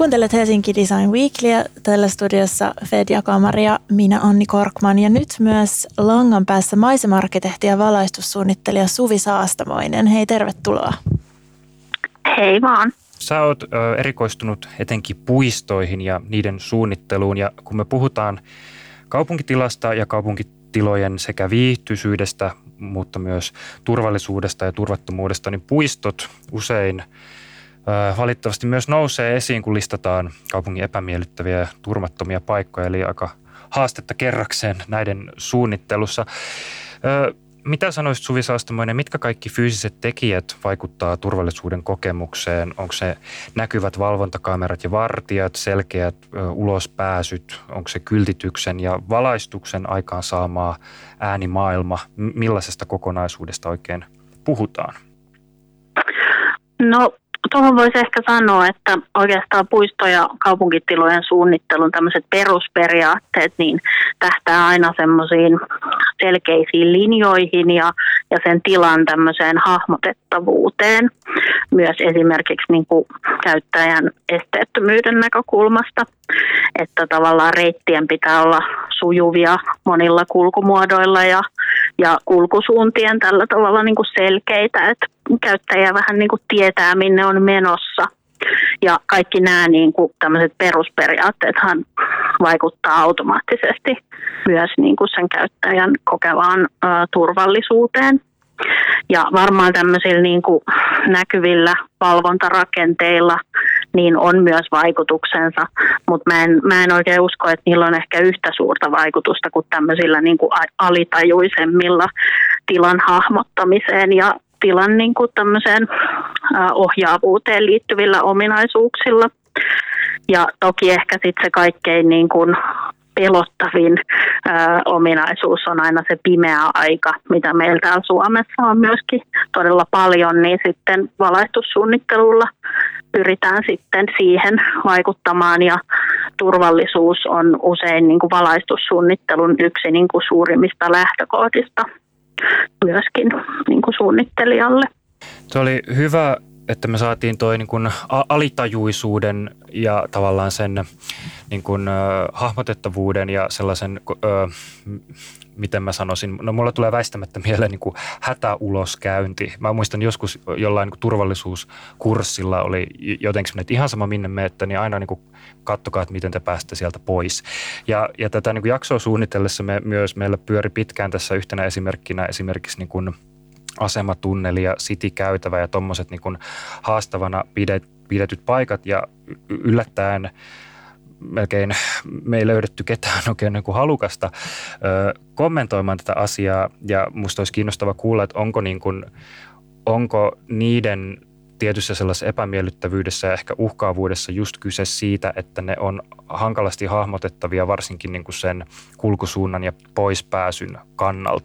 Kuuntelet Helsinki Design Weeklyä. Tällä studiossa Fedia Kamari ja minä Anni Korkman. Ja nyt myös langan päässä maisema-arkkitehti ja valaistussuunnittelija Suvi Saastamoinen. Hei, tervetuloa. Hei vaan. Sä oot ö, erikoistunut etenkin puistoihin ja niiden suunnitteluun. Ja kun me puhutaan kaupunkitilasta ja kaupunkitilojen sekä viihtyisyydestä, mutta myös turvallisuudesta ja turvattomuudesta, niin puistot usein valitettavasti myös nousee esiin, kun listataan kaupungin epämiellyttäviä ja turvattomia paikkoja, eli aika haastetta kerrakseen näiden suunnittelussa. Mitä sanoisit, Suvi Saastamoinen, mitkä kaikki fyysiset tekijät vaikuttaa turvallisuuden kokemukseen? Onko se näkyvät valvontakamerat ja vartijat, selkeät ulospääsyt, onko se kyltityksen ja valaistuksen aikaansaamaa äänimaailma? Millaisesta kokonaisuudesta oikein puhutaan? No, tuohon voisi ehkä sanoa, että oikeastaan puisto- ja kaupunkitilojen suunnittelun tämmöiset perusperiaatteet niin tähtää aina semmoisiin selkeisiin linjoihin ja, ja sen tilan tämmöiseen hahmotettavuuteen. Myös esimerkiksi niin kuin käyttäjän esteettömyyden näkökulmasta, että tavallaan reittien pitää olla sujuvia monilla kulkumuodoilla ja, ja kulkusuuntien tällä tavalla niin kuin selkeitä, että käyttäjä vähän niin kuin tietää, minne on menossa. Ja kaikki nämä niin kuin tämmöiset perusperiaatteethan vaikuttaa automaattisesti myös niin kuin sen käyttäjän kokevaan ä, turvallisuuteen. Ja varmaan tämmöisillä niin kuin näkyvillä valvontarakenteilla niin on myös vaikutuksensa, mutta mä en, mä en oikein usko, että niillä on ehkä yhtä suurta vaikutusta kuin tämmöisillä niin kuin alitajuisemmilla tilan hahmottamiseen ja tilan niin kuin tämmöiseen ohjaavuuteen liittyvillä ominaisuuksilla. Ja toki ehkä sitten se kaikkein niin kuin pelottavin ää, ominaisuus on aina se pimeä aika, mitä meillä täällä Suomessa on myöskin todella paljon, niin sitten valaistussuunnittelulla pyritään sitten siihen vaikuttamaan ja turvallisuus on usein niin kuin valaistussuunnittelun yksi niin kuin suurimmista lähtökohdista myöskin niin kuin suunnittelijalle. Se oli hyvä, että me saatiin toi niin kuin alitajuisuuden ja tavallaan sen niin kuin, äh, hahmotettavuuden ja sellaisen, äh, miten mä sanoisin, no mulla tulee väistämättä mieleen niin kuin hätäuloskäynti. Mä muistan joskus jollain niin kuin turvallisuuskurssilla oli jotenkin että ihan sama minne menette, niin aina niin kuin kattokaa, että miten te pääsette sieltä pois. Ja, ja tätä niin kuin jaksoa suunnitellessa me myös meillä pyöri pitkään tässä yhtenä esimerkkinä esimerkiksi niin kuin asematunneli ja citykäytävä ja tuommoiset niin kuin haastavana pidet, pidetyt paikat ja yllättäen melkein me ei löydetty ketään oikein niin kuin halukasta ö, kommentoimaan tätä asiaa ja musta olisi kiinnostava kuulla, että onko, niin kuin, onko niiden tietyssä sellaisessa epämiellyttävyydessä ja ehkä uhkaavuudessa just kyse siitä, että ne on hankalasti hahmotettavia varsinkin niin kuin sen kulkusuunnan ja poispääsyn kannalta.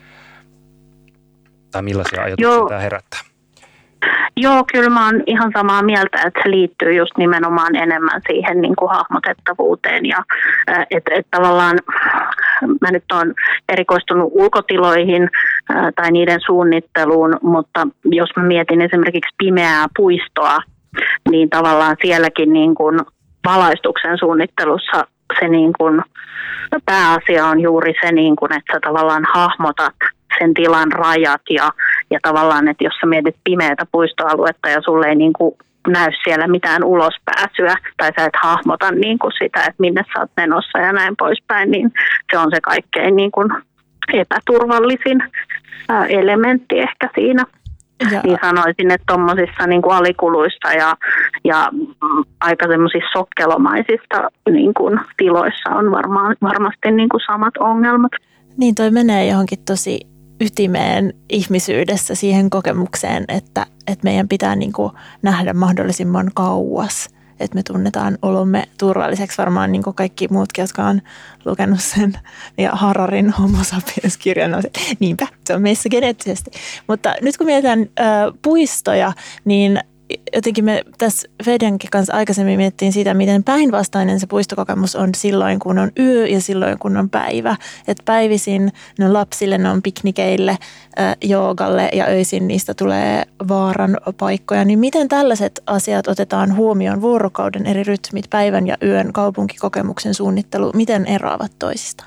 Tai millaisia ajatuksia Joo. tämä herättää? Joo, kyllä mä oon ihan samaa mieltä, että se liittyy just nimenomaan enemmän siihen niin kuin hahmotettavuuteen. Ja että et tavallaan mä nyt oon erikoistunut ulkotiloihin ää, tai niiden suunnitteluun, mutta jos mä mietin esimerkiksi pimeää puistoa, niin tavallaan sielläkin niin kuin valaistuksen suunnittelussa se niin kuin pääasia on juuri se, niin kuin, että sä tavallaan hahmotat sen tilan rajat ja, ja tavallaan, että jos sä mietit pimeätä puistoaluetta ja sulle ei niin kuin näy siellä mitään ulospääsyä tai sä et hahmota niin kuin sitä, että minne sä oot menossa ja näin poispäin, niin se on se kaikkein niin kuin epäturvallisin ää, elementti ehkä siinä. Ja. Niin sanoisin, että tuommoisissa niin kuin alikuluissa ja, ja aika semmoisissa sokkelomaisista niin kuin tiloissa on varmaan, varmasti niin kuin samat ongelmat. Niin, toi menee johonkin tosi ytimeen ihmisyydessä siihen kokemukseen, että, että meidän pitää niin kuin nähdä mahdollisimman kauas, että me tunnetaan olomme turvalliseksi. Varmaan niin kuin kaikki muutkin, jotka on lukenut sen ja Hararin Homo sapiens-kirjan, on se, niinpä, se on meissä geneettisesti. Mutta nyt kun mietitään ö, puistoja, niin jotenkin me tässä Fediankin kanssa aikaisemmin miettiin sitä, miten päinvastainen se puistokokemus on silloin, kun on yö ja silloin, kun on päivä. Että päivisin ne on lapsille, ne on piknikeille, äh, joogalle ja öisin niistä tulee vaaran paikkoja. Niin miten tällaiset asiat otetaan huomioon, vuorokauden eri rytmit, päivän ja yön kaupunkikokemuksen suunnittelu, miten eroavat toisistaan?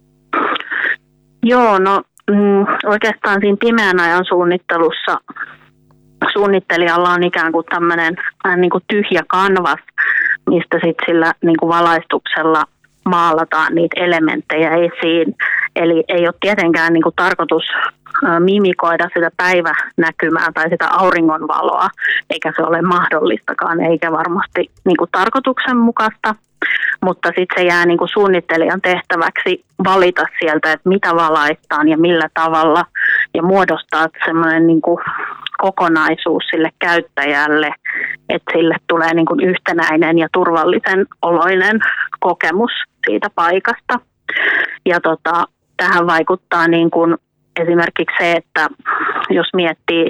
Joo, no mm, oikeastaan siinä pimeän ajan suunnittelussa suunnittelijalla on ikään kuin tämmöinen niin kuin tyhjä kanvas, mistä sitten sillä niin kuin valaistuksella maalataan niitä elementtejä esiin. Eli ei ole tietenkään niin kuin tarkoitus mimikoida sitä päivänäkymää tai sitä auringonvaloa, eikä se ole mahdollistakaan, eikä varmasti niin kuin tarkoituksenmukaista. Mutta sitten se jää niin kuin suunnittelijan tehtäväksi valita sieltä, että mitä valaistaan ja millä tavalla, ja muodostaa semmoinen niin kuin kokonaisuus sille käyttäjälle, että sille tulee niin kuin yhtenäinen ja turvallisen oloinen kokemus siitä paikasta. Ja tota, tähän vaikuttaa niin kuin esimerkiksi se, että jos miettii,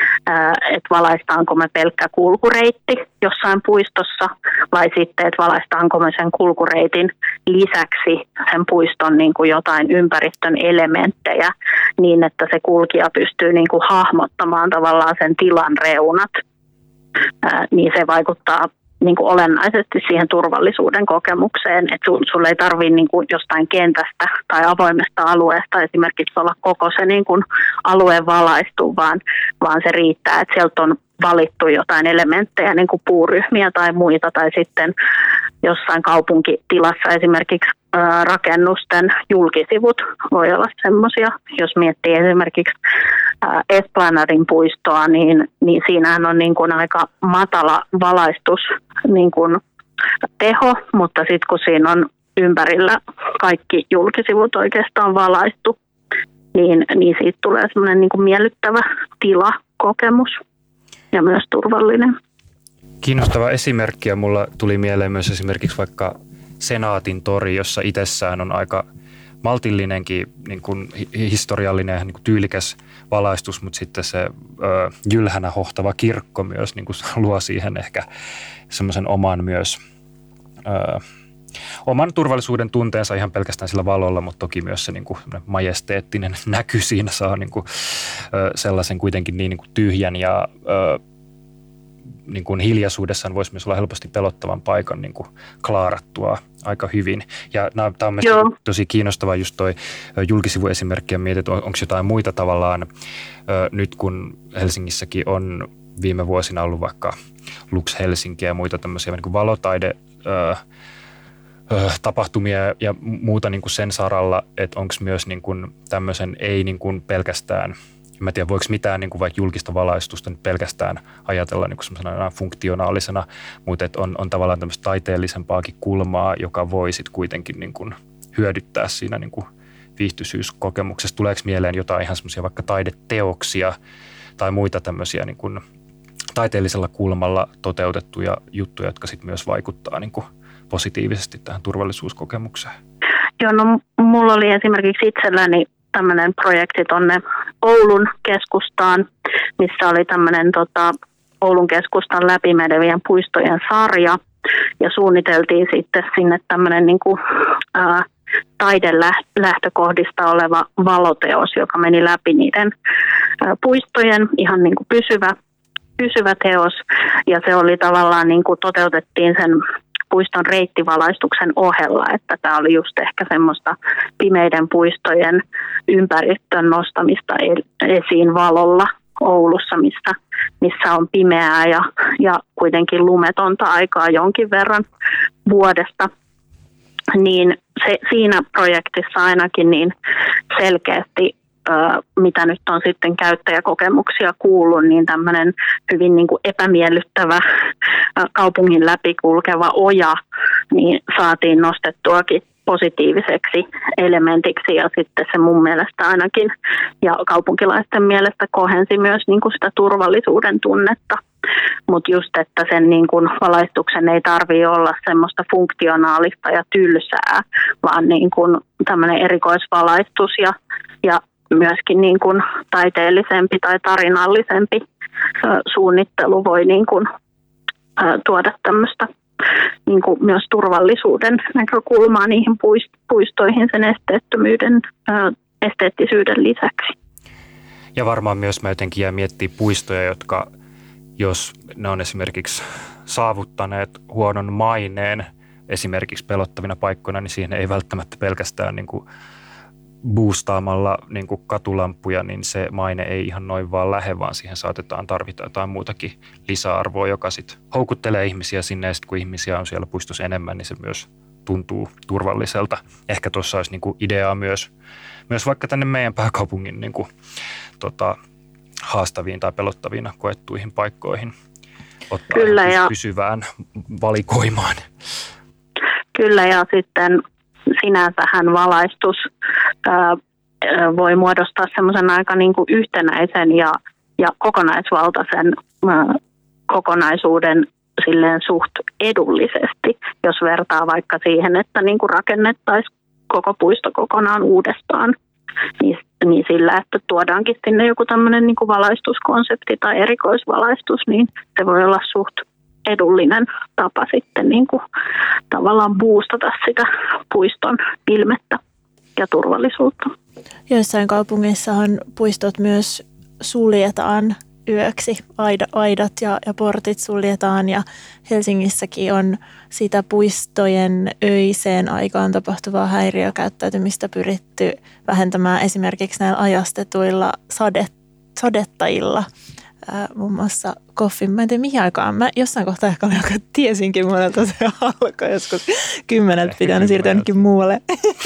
että valaistaanko me pelkkä kulkureitti jossain puistossa vai sitten, että valaistaanko me sen kulkureitin lisäksi sen puiston niin kuin jotain ympäristön elementtejä niin, että se kulkija pystyy niin kuin hahmottamaan tavallaan sen tilan reunat, niin se vaikuttaa niin kuin olennaisesti siihen turvallisuuden kokemukseen, että sinulla ei tarvitse niin kuin jostain kentästä tai avoimesta alueesta esimerkiksi olla koko se niin kuin alueen valaistu, vaan, vaan se riittää, että sieltä on valittu jotain elementtejä, niin kuin puuryhmiä tai muita, tai sitten jossain kaupunkitilassa esimerkiksi ää, rakennusten julkisivut voi olla semmoisia. Jos miettii esimerkiksi ää, Esplanadin puistoa, niin, niin siinähän on niin kuin aika matala valaistus niin kuin teho, mutta sitten kun siinä on ympärillä kaikki julkisivut oikeastaan valaistu, niin, niin siitä tulee semmoinen niin kuin miellyttävä tilakokemus ja myös turvallinen. Kiinnostava esimerkki, ja mulla tuli mieleen myös esimerkiksi vaikka Senaatin tori, jossa itsessään on aika maltillinenkin niin kuin historiallinen ja niin kuin tyylikäs valaistus, mutta sitten se ö, jylhänä hohtava kirkko myös niin kuin luo siihen ehkä semmoisen oman myös ö, oman turvallisuuden tunteensa ihan pelkästään sillä valolla, mutta toki myös se niin kuin majesteettinen näky siinä saa niin kuin, ö, sellaisen kuitenkin niin, niin kuin tyhjän ja ö, niin kuin hiljaisuudessaan voisi myös olla helposti pelottavan paikan niin kuin klaarattua aika hyvin. Ja tämä on mielestäni tosi kiinnostavaa just toi julkisivuesimerkki ja mietit, onko jotain muita tavallaan nyt kun Helsingissäkin on viime vuosina ollut vaikka Lux Helsinki ja muita tämmöisiä niin kuin valotaide tapahtumia ja muuta niin kuin sen saralla, että onko myös niin kuin tämmöisen ei niin kuin pelkästään. Mä en tiedä, voiko mitään niin kuin vaikka julkista valaistusta nyt pelkästään ajatella niin kuin semmoisena funktionaalisena, mutta että on, on tavallaan tämmöistä taiteellisempaakin kulmaa, joka voi sitten kuitenkin niin kuin hyödyttää siinä niin kuin viihtyisyyskokemuksessa. Tuleeko mieleen jotain ihan semmoisia vaikka taideteoksia tai muita tämmöisiä niin kuin taiteellisella kulmalla toteutettuja juttuja, jotka sitten myös vaikuttaa niin kuin positiivisesti tähän turvallisuuskokemukseen? Joo, no mulla oli esimerkiksi itselläni tämmöinen projekti tuonne Oulun keskustaan, missä oli tämmöinen tota, Oulun keskustan läpimenevien puistojen sarja, ja suunniteltiin sitten sinne tämmöinen niin kuin, ää, taidelähtökohdista oleva valoteos, joka meni läpi niiden ää, puistojen, ihan niin kuin pysyvä, pysyvä teos, ja se oli tavallaan niin kuin toteutettiin sen puiston reittivalaistuksen ohella, että tämä oli just ehkä semmoista pimeiden puistojen ympäristön nostamista esiin valolla Oulussa, missä, missä on pimeää ja, ja kuitenkin lumetonta aikaa jonkin verran vuodesta. Niin se, siinä projektissa ainakin niin selkeästi, mitä nyt on sitten käyttäjäkokemuksia kuullut, niin tämmöinen hyvin niin kuin epämiellyttävä kaupungin läpi kulkeva oja, niin saatiin nostettuakin positiiviseksi elementiksi, ja sitten se mun mielestä ainakin ja kaupunkilaisten mielestä kohensi myös niin kuin sitä turvallisuuden tunnetta. Mutta just, että sen niin kuin valaistuksen ei tarvitse olla semmoista funktionaalista ja tylsää, vaan niin kuin tämmöinen erikoisvalaistus ja, ja myöskin niin kuin taiteellisempi tai tarinallisempi suunnittelu voi niin kuin, tuoda tämmöistä niin kuin myös turvallisuuden näkökulmaa niihin puistoihin sen esteettömyyden, esteettisyyden lisäksi. Ja varmaan myös mä jotenkin jää miettiä puistoja, jotka jos ne on esimerkiksi saavuttaneet huonon maineen esimerkiksi pelottavina paikkoina, niin siihen ei välttämättä pelkästään niin kuin boostaamalla niin kuin katulampuja, niin se maine ei ihan noin vaan lähde, vaan siihen saatetaan tarvita jotain muutakin lisäarvoa, joka sitten houkuttelee ihmisiä sinne, ja sitten kun ihmisiä on siellä puistossa enemmän, niin se myös tuntuu turvalliselta. Ehkä tuossa olisi niin kuin ideaa myös, myös vaikka tänne meidän pääkaupungin niin kuin, tota, haastaviin tai pelottaviin koettuihin paikkoihin ottaa Kyllä, ja pysyvään valikoimaan. Kyllä, ja sitten sinänsähän valaistus ää, voi muodostaa semmoisen aika niin kuin yhtenäisen ja, ja kokonaisvaltaisen ää, kokonaisuuden silleen suht edullisesti, jos vertaa vaikka siihen, että niin kuin rakennettaisiin koko puisto kokonaan uudestaan. Niin, niin sillä, että tuodaankin sinne joku tämmöinen niin kuin valaistuskonsepti tai erikoisvalaistus, niin se voi olla suht edullinen tapa sitten niin kuin tavallaan boostata sitä puiston ilmettä ja turvallisuutta. Joissain kaupungeissahan puistot myös suljetaan yöksi, aidat ja, ja portit suljetaan, ja Helsingissäkin on sitä puistojen öiseen aikaan tapahtuvaa häiriökäyttäytymistä pyritty vähentämään esimerkiksi näillä ajastetuilla sade, sadettajilla. Ää, muun muassa Koffin, mä en tiedä mihin aikaan, mä jossain kohtaa ehkä joka tiesinkin monelta se alkoi joskus kymmenet pitänyt siirtyä jonnekin muualle.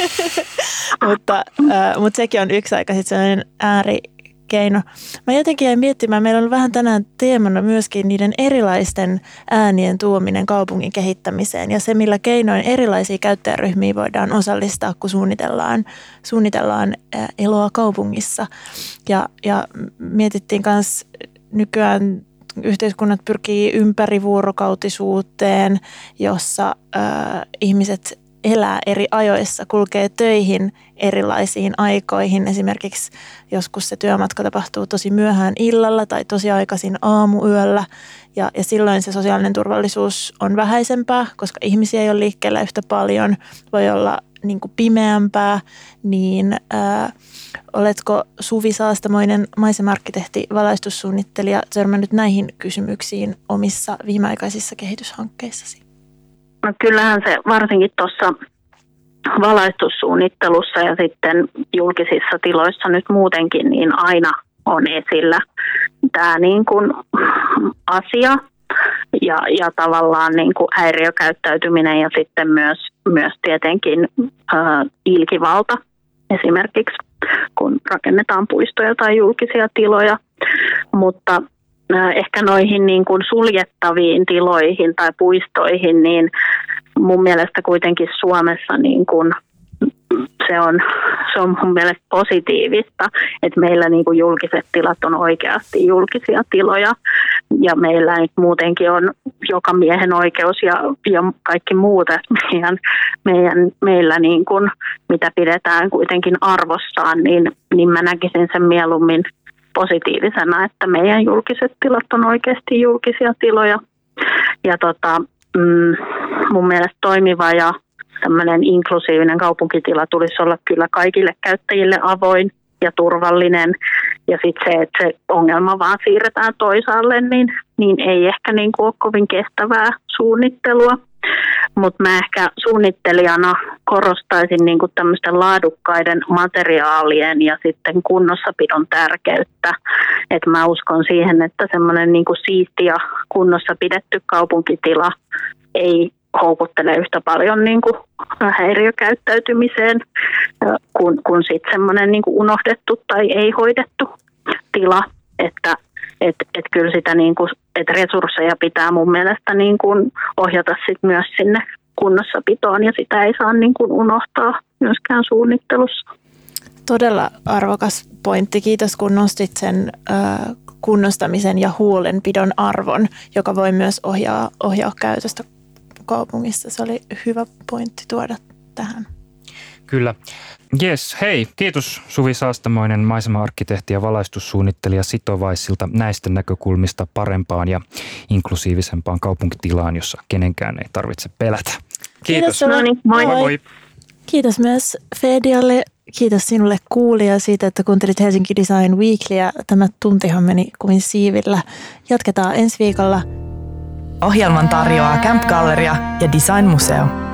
mutta, ää, mutta sekin on yksi aika sitten sellainen äärikeino. Mä jotenkin jäin miettimään, meillä on vähän tänään teemana myöskin niiden erilaisten äänien tuominen kaupungin kehittämiseen ja se, millä keinoin erilaisia käyttäjäryhmiä voidaan osallistaa, kun suunnitellaan, suunnitellaan eloa kaupungissa. Ja, ja mietittiin myös nykyään yhteiskunnat pyrkii ympärivuorokautisuuteen, jossa ää, ihmiset elää eri ajoissa, kulkee töihin erilaisiin aikoihin. Esimerkiksi joskus se työmatka tapahtuu tosi myöhään illalla tai tosi aikaisin aamuyöllä. Ja, ja silloin se sosiaalinen turvallisuus on vähäisempää, koska ihmisiä ei ole liikkeellä yhtä paljon. Voi olla niin kuin pimeämpää, niin ää, oletko Suvi Saastamoinen, maisema-arkkitehti, valaistussuunnittelija, törmännyt näihin kysymyksiin omissa viimeaikaisissa kehityshankkeissasi? No kyllähän se varsinkin tuossa valaistussuunnittelussa ja sitten julkisissa tiloissa nyt muutenkin niin aina on esillä tämä niin kuin asia ja, ja tavallaan niin kuin häiriökäyttäytyminen ja sitten myös, myös tietenkin ää, ilkivalta esimerkiksi, kun rakennetaan puistoja tai julkisia tiloja, mutta ehkä noihin niin kuin suljettaviin tiloihin tai puistoihin, niin mun mielestä kuitenkin Suomessa niin kuin se, on, se on mun mielestä positiivista, että meillä niin kuin julkiset tilat on oikeasti julkisia tiloja ja meillä nyt muutenkin on joka miehen oikeus ja, ja kaikki muuta meidän, meidän, meillä niin kuin, mitä pidetään kuitenkin arvossaan, niin, niin mä näkisin sen mieluummin positiivisena, että meidän julkiset tilat on oikeasti julkisia tiloja. Ja tota, mm, mun mielestä toimiva ja tämmöinen inklusiivinen kaupunkitila tulisi olla kyllä kaikille käyttäjille avoin ja turvallinen. Ja sitten se, että se ongelma vaan siirretään toisaalle, niin, niin ei ehkä niin kuin ole kovin kestävää suunnittelua. Mutta mä ehkä suunnittelijana korostaisin niinku tämmöisten laadukkaiden materiaalien ja sitten kunnossapidon tärkeyttä. Et mä uskon siihen, että semmoinen niinku siisti ja kunnossa pidetty kaupunkitila ei houkuttele yhtä paljon niinku häiriökäyttäytymiseen kuin, kuin sitten semmoinen niinku unohdettu tai ei hoidettu tila. Että et, et kyllä sitä niinku, et resursseja pitää mun mielestä niinku ohjata sit myös sinne kunnossapitoon ja sitä ei saa niinku unohtaa myöskään suunnittelussa. Todella arvokas pointti. Kiitos kun nostit sen ö, kunnostamisen ja huolenpidon arvon, joka voi myös ohjaa, ohjaa käytöstä kaupungissa. Se oli hyvä pointti tuoda tähän. Kyllä. Jes, hei, kiitos Suvi Saastamoinen, maisema-arkkitehti ja valaistussuunnittelija Sitovaisilta näistä näkökulmista parempaan ja inklusiivisempaan kaupunkitilaan, jossa kenenkään ei tarvitse pelätä. Kiitos. Kiitos no niin, moi. Moi. Moi. Kiitos myös Fedialle. Kiitos sinulle kuulija siitä, että kuuntelit Helsinki Design Weeklyä. Tämä tuntihan meni kuin siivillä. Jatketaan ensi viikolla. Ohjelman tarjoaa Camp Galleria ja Design Museo.